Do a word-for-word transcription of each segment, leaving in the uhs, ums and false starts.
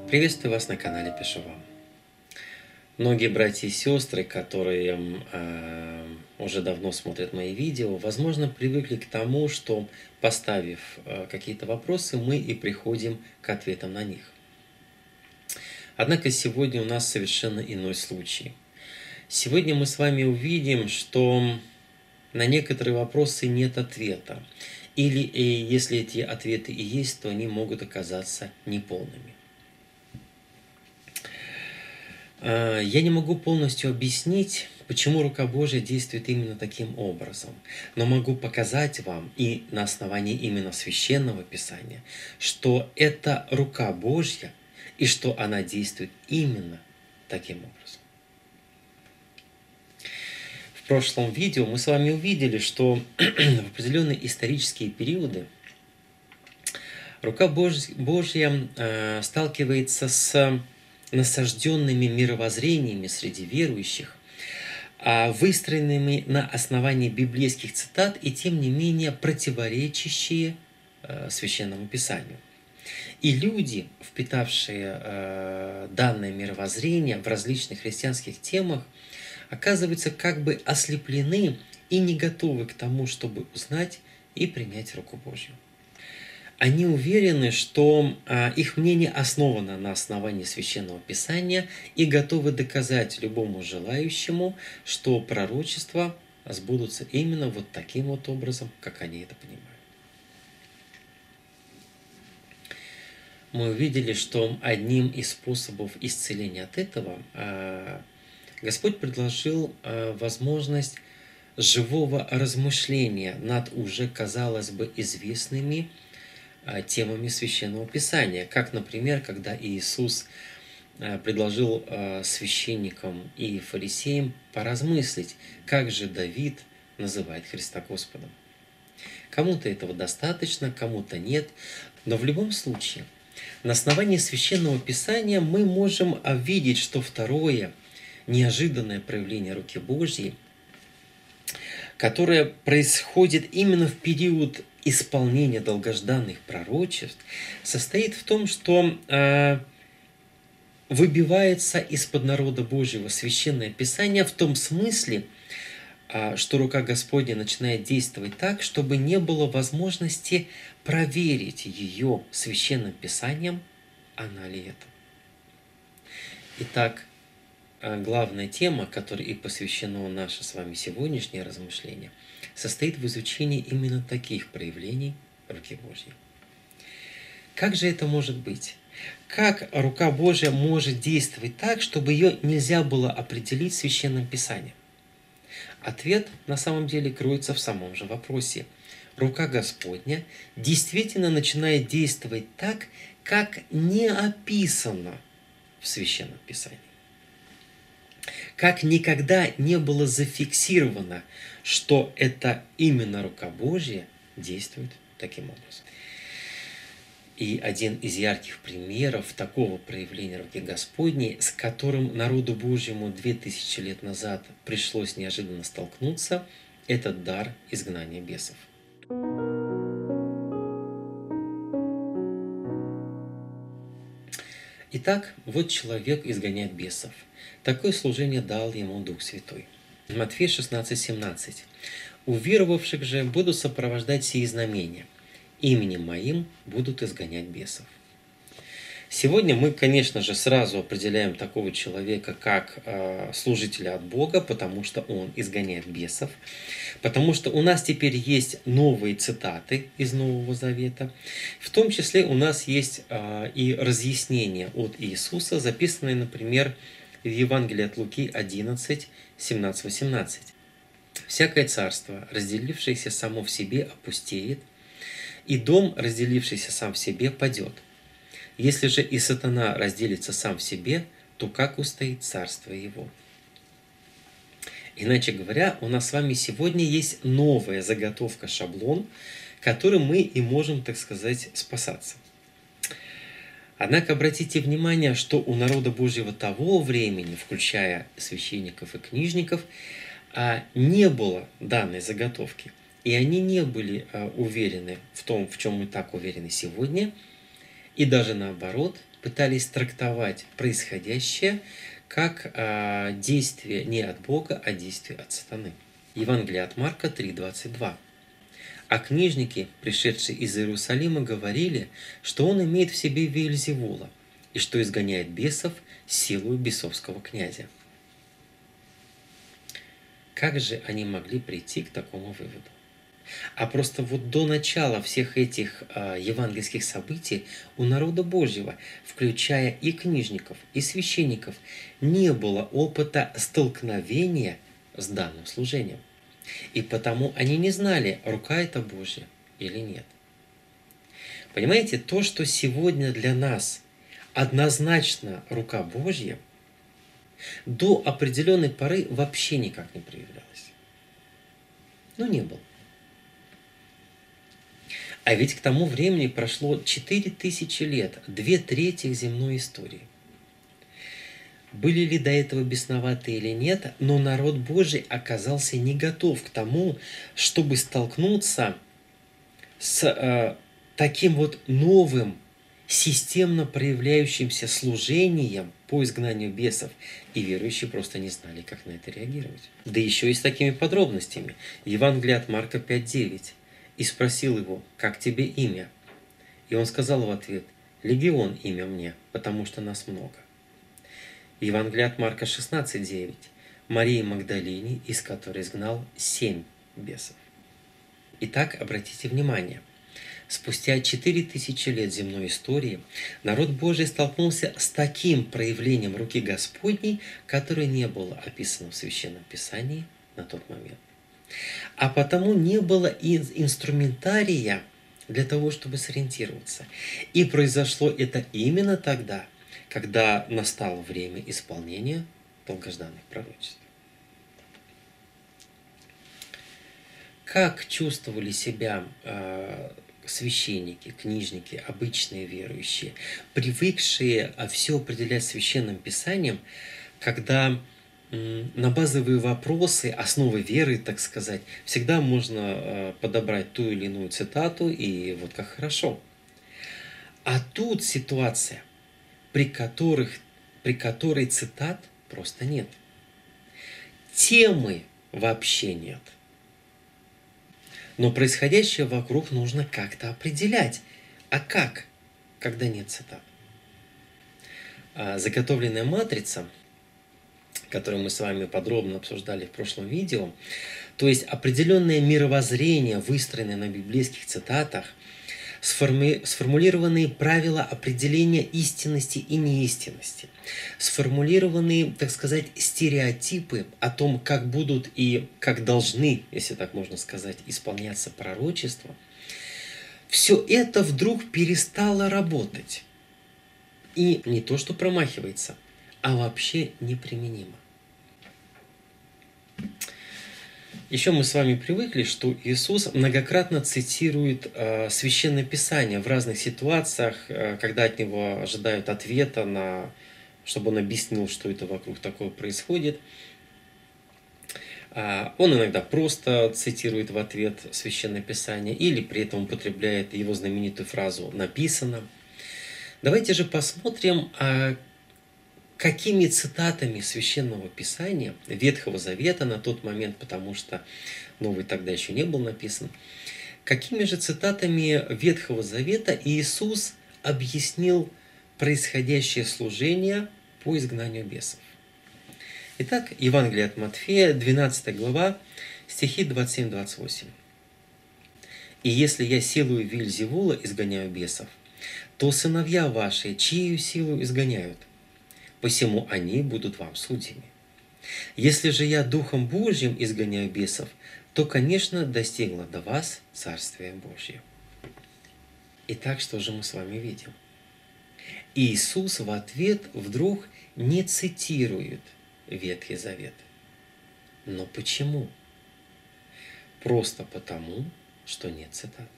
Приветствую вас на канале Пишу Вам. Многие братья и сестры, которые э, уже давно смотрят мои видео, возможно, привыкли к тому, что, поставив э, какие-то вопросы, мы и приходим к ответам на них. Однако сегодня у нас совершенно иной случай. Сегодня мы с вами увидим, что на некоторые вопросы нет ответа. Или и если эти ответы и есть, то они могут оказаться неполными. Я не могу полностью объяснить, почему рука Божья действует именно таким образом, но могу показать вам и на основании именно Священного Писания, что это рука Божья и что она действует именно таким образом. В прошлом видео мы с вами увидели, что в определенные исторические периоды рука Божья сталкивается с насажденными мировоззрениями среди верующих, выстроенными на основании библейских цитат и тем не менее противоречащие Священному Писанию. И люди, впитавшие данное мировоззрение в различных христианских темах, оказываются как бы ослеплены и не готовы к тому, чтобы узнать и принять руку Божью. Они уверены, что их мнение основано на основании Священного Писания и готовы доказать любому желающему, что пророчества сбудутся именно вот таким вот образом, как они это понимают. Мы увидели, что одним из способов исцеления от этого Господь предложил возможность живого размышления над уже, казалось бы, известными темами Священного Писания, как, например, когда Иисус предложил священникам и фарисеям поразмыслить, как же Давид называет Христа Господом. Кому-то этого достаточно, кому-то нет, но в любом случае, на основании Священного Писания мы можем видеть, что второе неожиданное проявление руки Божьей, которое происходит именно в период исполнение долгожданных пророчеств, состоит в том, что э, выбивается из-под народа Божьего Священное Писание в том смысле, э, что рука Господня начинает действовать так, чтобы не было возможности проверить ее Священным Писанием, она ли это. Итак, главная тема, которой и посвящено наше с вами сегодняшнее размышление, состоит в изучении именно таких проявлений руки Божьей. Как же это может быть? Как рука Божья может действовать так, чтобы ее нельзя было определить Священным Писанием? Ответ на самом деле кроется в самом же вопросе. Рука Господня действительно начинает действовать так, как не описано в Священном Писании. Как никогда не было зафиксировано, что это именно рука Божья действует таким образом. И один из ярких примеров такого проявления руки Господней, с которым народу Божьему две тысячи лет назад пришлось неожиданно столкнуться, это дар изгнания бесов. Итак, вот человек изгоняет бесов. Такое служение дал ему Дух Святой. Матфея шестнадцать семнадцать. «Уверовавших же буду сопровождать сии знамения. Именем моим будут изгонять бесов». Сегодня мы, конечно же, сразу определяем такого человека как э, служителя от Бога, потому что он изгоняет бесов, потому что у нас теперь есть новые цитаты из Нового Завета, в том числе у нас есть э, и разъяснения от Иисуса, записанные, например, в Евангелии от Луки одиннадцать семнадцать восемнадцать. «Всякое царство, разделившееся само в себе, опустеет, и дом, разделившийся сам в себе, падет. Если же и сатана разделится сам в себе, то как устоит царство его?» Иначе говоря, у нас с вами сегодня есть новая заготовка, шаблон, которым мы и можем, так сказать, спасаться. Однако обратите внимание, что у народа Божьего того времени, включая священников и книжников, не было данной заготовки. И они не были уверены в том, в чем мы так уверены сегодня, и даже наоборот пытались трактовать происходящее как а, действие не от Бога, а действие от сатаны. Евангелие от Марка три двадцать два. А книжники, пришедшие из Иерусалима, говорили, что он имеет в себе Веельзевула и что изгоняет бесов силою бесовского князя. Как же они могли прийти к такому выводу? А просто вот до начала всех этих а, евангельских событий у народа Божьего, включая и книжников, и священников, не было опыта столкновения с данным служением. И потому они не знали, рука это Божья или нет. Понимаете, то, что сегодня для нас однозначно рука Божья, до определенной поры вообще никак не проявлялось. Ну, не было. А ведь к тому времени прошло четыре тысячи лет, две трети земной истории. Были ли до этого бесноватые или нет, но народ Божий оказался не готов к тому, чтобы столкнуться с э, таким вот новым, системно проявляющимся служением по изгнанию бесов, и верующие просто не знали, как на это реагировать. Да еще и с такими подробностями. Евангелие от Марка пять девять. И спросил его, как тебе имя? И он сказал в ответ, Легион имя мне, потому что нас много. Евангелие от Марка шестнадцать девять. Марии Магдалине, из которой изгнал семь бесов. Итак, обратите внимание, спустя четыре тысячи лет земной истории народ Божий столкнулся с таким проявлением руки Господней, которое не было описано в Священном Писании на тот момент. А потому не было и инструментария для того, чтобы сориентироваться. И произошло это именно тогда, когда настало время исполнения долгожданных пророчеств. Как чувствовали себя э, священники, книжники, обычные верующие, привыкшие все определять Священным Писанием, когда на базовые вопросы, основы веры, так сказать, всегда можно подобрать ту или иную цитату, и вот как хорошо. А тут ситуация, при, которых, при которой цитат просто нет. Темы вообще нет. Но происходящее вокруг нужно как-то определять. А как, когда нет цитат? Заготовленная матрица, которую мы с вами подробно обсуждали в прошлом видео, то есть определенное мировоззрение, выстроенное на библейских цитатах, сформи... сформулированные правила определения истинности и неистинности, сформулированные, так сказать, стереотипы о том, как будут и как должны, если так можно сказать, исполняться пророчества, все это вдруг перестало работать. И не то, что промахивается, а вообще неприменимо. Еще мы с вами привыкли, что Иисус многократно цитирует э, Священное Писание в разных ситуациях, э, когда от Него ожидают ответа, на, чтобы Он объяснил, что это вокруг такое происходит. Э, он иногда просто цитирует в ответ Священное Писание, или при этом употребляет его знаменитую фразу «написано». Давайте же посмотрим, э, какими цитатами Священного Писания, Ветхого Завета на тот момент, потому что Новый тогда еще не был написан, какими же цитатами Ветхого Завета Иисус объяснил происходящее служение по изгнанию бесов. Итак, Евангелие от Матфея, двенадцатая глава, стихи двадцать семь двадцать восемь. «И если я силою Веельзевула изгоняю бесов, то сыновья ваши чьею силою изгоняют? Посему они будут вам судьями. Если же я Духом Божьим изгоняю бесов, то, конечно, достигло до вас Царствие Божье». Итак, что же мы с вами видим? Иисус в ответ вдруг не цитирует Ветхий Завет. Но почему? Просто потому, что нет цитат.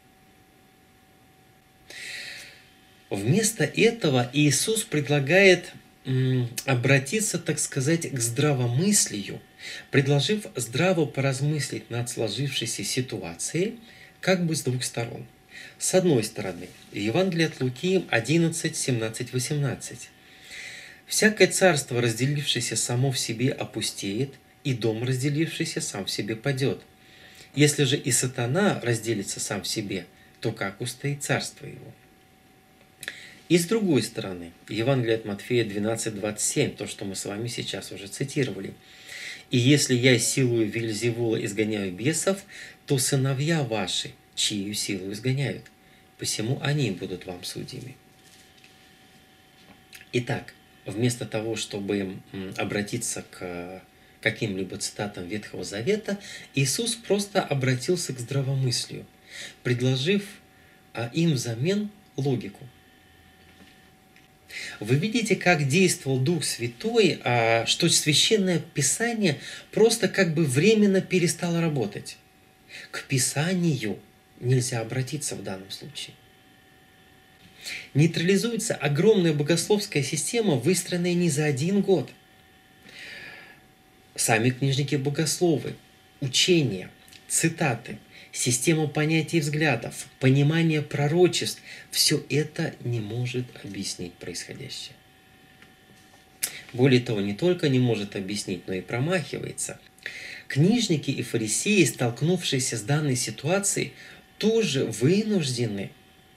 Вместо этого Иисус предлагает обратиться, так сказать, к здравомыслию, предложив здраво поразмыслить над сложившейся ситуацией как бы с двух сторон. С одной стороны, в Евангелии от Луки одиннадцать, семнадцать, восемнадцать. «Всякое царство, разделившееся само в себе, опустеет, и дом, разделившийся, сам в себе падет. Если же и сатана разделится сам в себе, то как устоит царство его?» И с другой стороны, Евангелие от Матфея двенадцать, двадцать семь, то, что мы с вами сейчас уже цитировали. «И если я силою Вельзевула изгоняю бесов, то сыновья ваши, чью силу изгоняют, посему они будут вам судьями». Итак, вместо того, чтобы обратиться к каким-либо цитатам Ветхого Завета, Иисус просто обратился к здравомыслию, предложив им взамен логику. Вы видите, как действовал Дух Святой, что Священное Писание просто как бы временно перестало работать. К Писанию нельзя обратиться в данном случае. Нейтрализуется огромная богословская система, выстроенная не за один год. Сами книжники-богословы, учения, цитаты, система понятий и взглядов, понимание пророчеств – все это не может объяснить происходящее. Более того, не только не может объяснить, но и промахивается. Книжники и фарисеи, столкнувшиеся с данной ситуацией, тоже вынуждены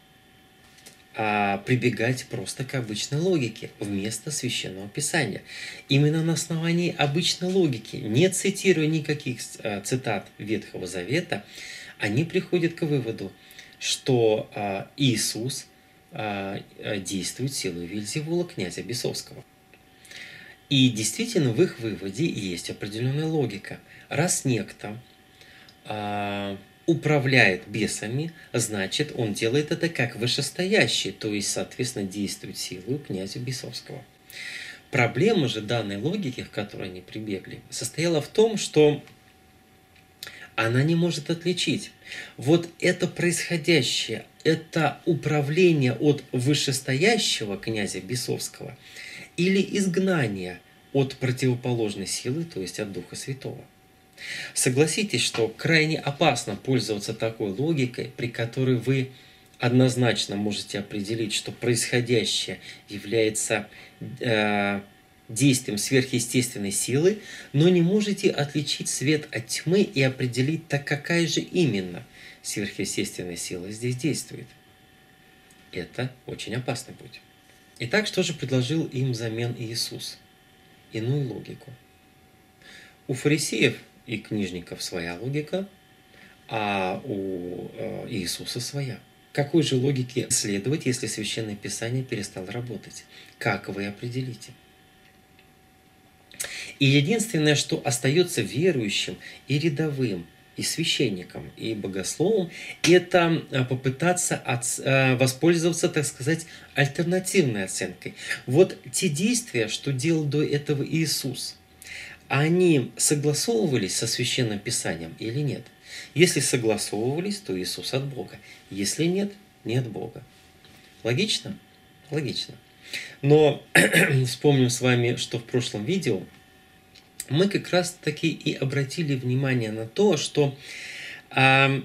а, прибегать просто к обычной логике вместо Священного Писания. Именно на основании обычной логики, не цитируя никаких а, цитат Ветхого Завета, они приходят к выводу, что а, Иисус а, действует силой Вельзевула, князя бесовского. И действительно в их выводе есть определенная логика. Раз некто а, управляет бесами, значит, он делает это как вышестоящий, то есть, соответственно, действует силой князя бесовского. Проблема же данной логики, к которой они прибегли, состояла в том, что она не может отличить. Вот это происходящее, это управление от вышестоящего князя бесовского или изгнание от противоположной силы, то есть от Духа Святого. Согласитесь, что крайне опасно пользоваться такой логикой, при которой вы однозначно можете определить, что происходящее является э, действием сверхъестественной силы, но не можете отличить свет от тьмы и определить, так какая же именно сверхъестественная сила здесь действует. Это очень опасный путь. Итак, что же предложил им взамен Иисус? Иную логику. У фарисеев и книжников своя логика, а у Иисуса своя. Какой же логике следовать, если Священное Писание перестало работать? Как вы определите? И единственное, что остается верующим и рядовым, и священникам, и богословам, это попытаться от, воспользоваться, так сказать, альтернативной оценкой. Вот те действия, что делал до этого Иисус, они согласовывались со Священным Писанием или нет? Если согласовывались, то Иисус от Бога. Если нет, не от Бога. Логично? Логично. Но вспомним с вами, что в прошлом видео мы как раз таки и обратили внимание на то, что а,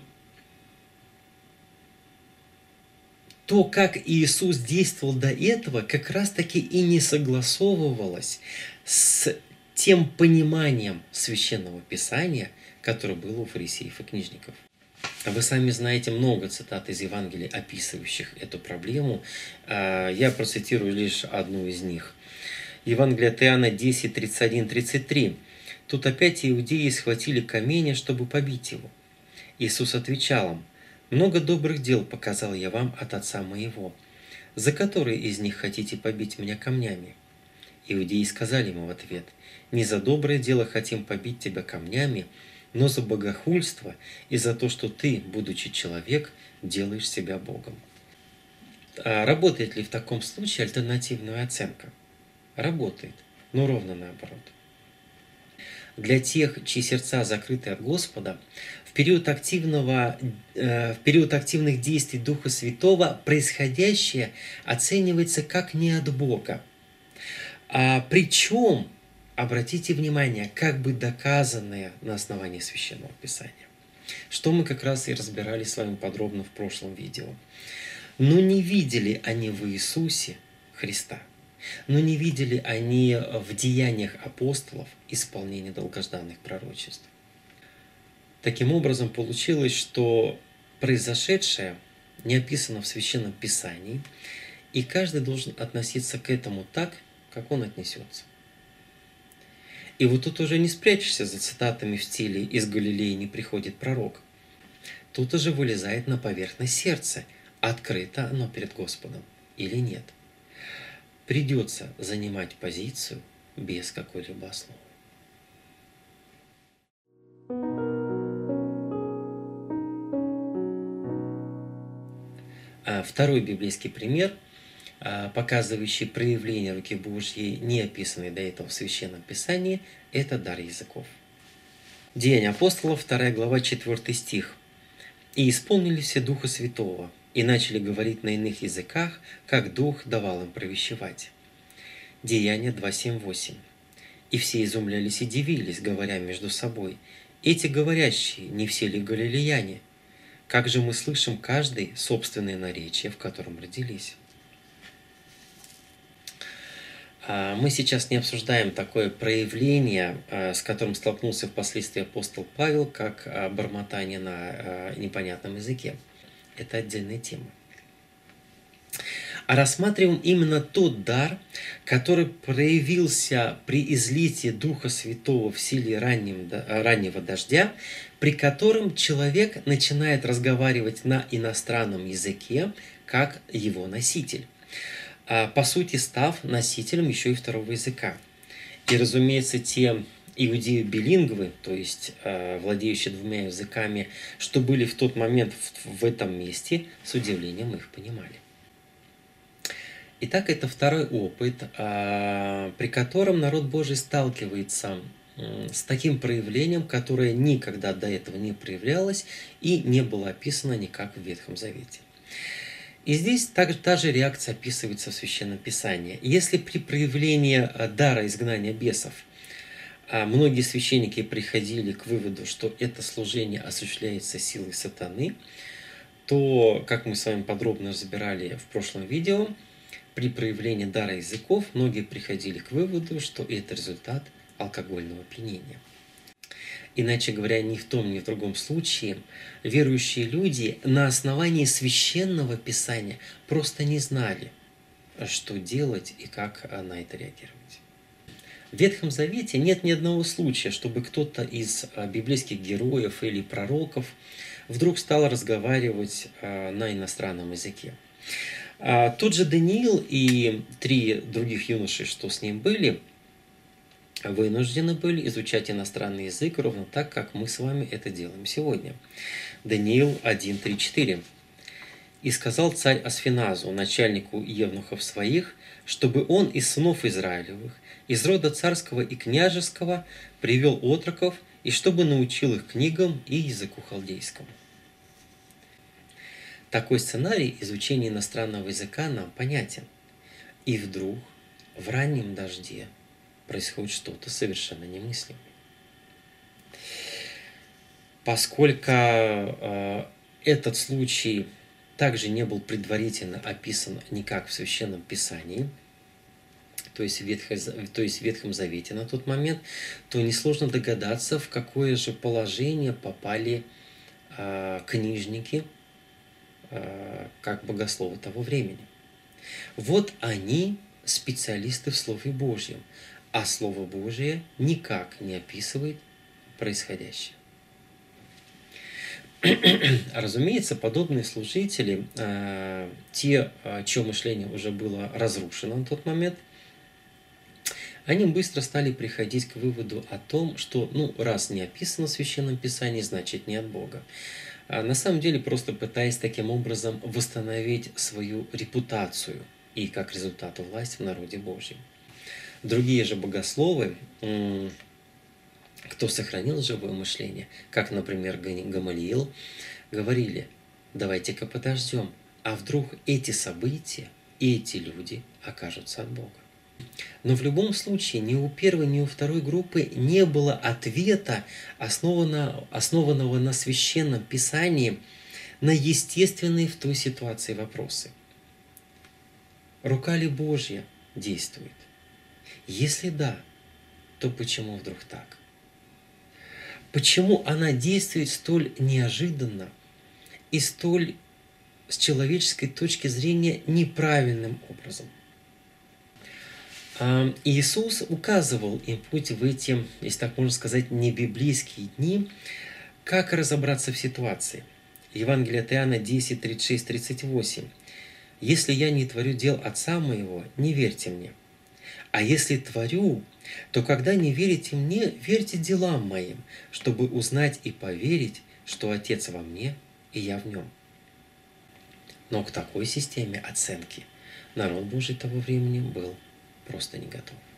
то, как Иисус действовал до этого, как раз таки и не согласовывалось с тем пониманием Священного Писания, которое было у фарисеев и книжников. Вы сами знаете много цитат из Евангелия, описывающих эту проблему. Я процитирую лишь одну из них. Евангелие от Иоанна десять, тридцать один, тридцать три. Тут опять иудеи схватили камень, чтобы побить его. Иисус отвечал им: «Много добрых дел показал я вам от Отца моего. За которые из них хотите побить меня камнями?» Иудеи сказали ему в ответ: «Не за доброе дело хотим побить тебя камнями, но за богохульство и за то, что ты, будучи человек, делаешь себя Богом». А работает ли в таком случае альтернативная оценка? Работает, но ровно наоборот. Для тех, чьи сердца закрыты от Господа, в период, активного, э, в период активных действий Духа Святого происходящее оценивается как не от Бога. А причем, обратите внимание, как бы доказанное на основании Священного Писания. что мы как раз и разбирали с вами подробно в прошлом видео. Но не видели они в Иисусе Христа, но не видели они в деяниях апостолов исполнение долгожданных пророчеств. Таким образом, получилось, что произошедшее не описано в Священном Писании, и каждый должен относиться к этому так, как он отнесется. И вот тут уже не спрячешься за цитатами в стиле «из Галилеи не приходит пророк». Тут уже вылезает на поверхность сердце, открыто оно перед Господом или нет. Придется занимать позицию без какой-либо основы. Второй библейский пример, показывающий проявление руки Божьей, не описанной до этого в Священном Писании, это дар языков. Деяния апостолов, вторая глава, четвёртый стих. «И исполнили все Духа Святого, и начали говорить на иных языках, как Дух давал им провещевать». Деяния два, семь, восемь. «И все изумлялись и дивились, говоря между собой: эти говорящие, не все ли галилеяне? Как же мы слышим каждый собственное наречие, в котором родились?» Мы сейчас не обсуждаем такое проявление, с которым столкнулся впоследствии апостол Павел, как бормотание на непонятном языке. Это отдельная тема. А рассматриваем именно тот дар, который проявился при излитии Духа Святого в силе ранним, раннего дождя, при котором человек начинает разговаривать на иностранном языке, как его носитель, по сути став носителем еще и второго языка. И, разумеется, те иудеи-билингвы, то есть владеющие двумя языками, что были в тот момент в этом месте, с удивлением их понимали. Итак, это второй опыт, при котором народ Божий сталкивается с таким проявлением, которое никогда до этого не проявлялось и не было описано никак в Ветхом Завете. И здесь также та же реакция описывается в Священном Писании. Если при проявлении дара изгнания бесов многие священники приходили к выводу, что это служение осуществляется силой сатаны, то, как мы с вами подробно разбирали в прошлом видео, при проявлении дара языков многие приходили к выводу, что это результат алкогольного опьянения. Иначе говоря, ни в том, ни в другом случае верующие люди на основании Священного Писания просто не знали, что делать и как на это реагировать. В Ветхом Завете нет ни одного случая, чтобы кто-то из библейских героев или пророков вдруг стал разговаривать на иностранном языке. Тот же Даниил и три других юноши, что с ним были, вынуждены были изучать иностранный язык ровно так, как мы с вами это делаем сегодня. Даниил один, три, четыре. «И сказал царь Асфеназу, начальнику евнухов своих, чтобы он из сынов Израилевых, из рода царского и княжеского, привел отроков, и чтобы научил их книгам и языку халдейскому». Такой сценарий изучения иностранного языка нам понятен. И вдруг в раннем дожде происходит что-то совершенно немыслимое. Поскольку э, этот случай также не был предварительно описан никак в Священном Писании, то есть в, Ветхо, то есть в Ветхом Завете на тот момент, то несложно догадаться, в какое же положение попали э, книжники, э, как богословы того времени. Вот они специалисты в Слове Божьем, а Слово Божие никак не описывает происходящее. Разумеется, подобные служители, те, чье мышление уже было разрушено на тот момент, они быстро стали приходить к выводу о том, что, ну, раз не описано в Священном Писании, значит не от Бога. На самом деле, просто пытаясь таким образом восстановить свою репутацию и, как результат, власть в народе Божьем. Другие же богословы, кто сохранил живое мышление, как, например, Гамалиил, говорили: давайте-ка подождем, а вдруг эти события и эти люди окажутся от Бога. Но в любом случае ни у первой, ни у второй группы не было ответа, основанного, основанного на священном писании, на естественные в той ситуации вопросы. Рука ли Божья действует? Если да, то почему вдруг так? Почему она действует столь неожиданно и столь, с человеческой точки зрения, неправильным образом? Иисус указывал им путь в эти, если так можно сказать, небиблейские дни, как разобраться в ситуации. Евангелие от Иоанна десять, тридцать шесть, тридцать восемь. «Если я не творю дел Отца Моего, не верьте мне. А если творю, то когда не верите мне, верьте делам моим, чтобы узнать и поверить, что Отец во мне, и я в нем». Но к такой системе оценки народ Божий того времени был просто не готов.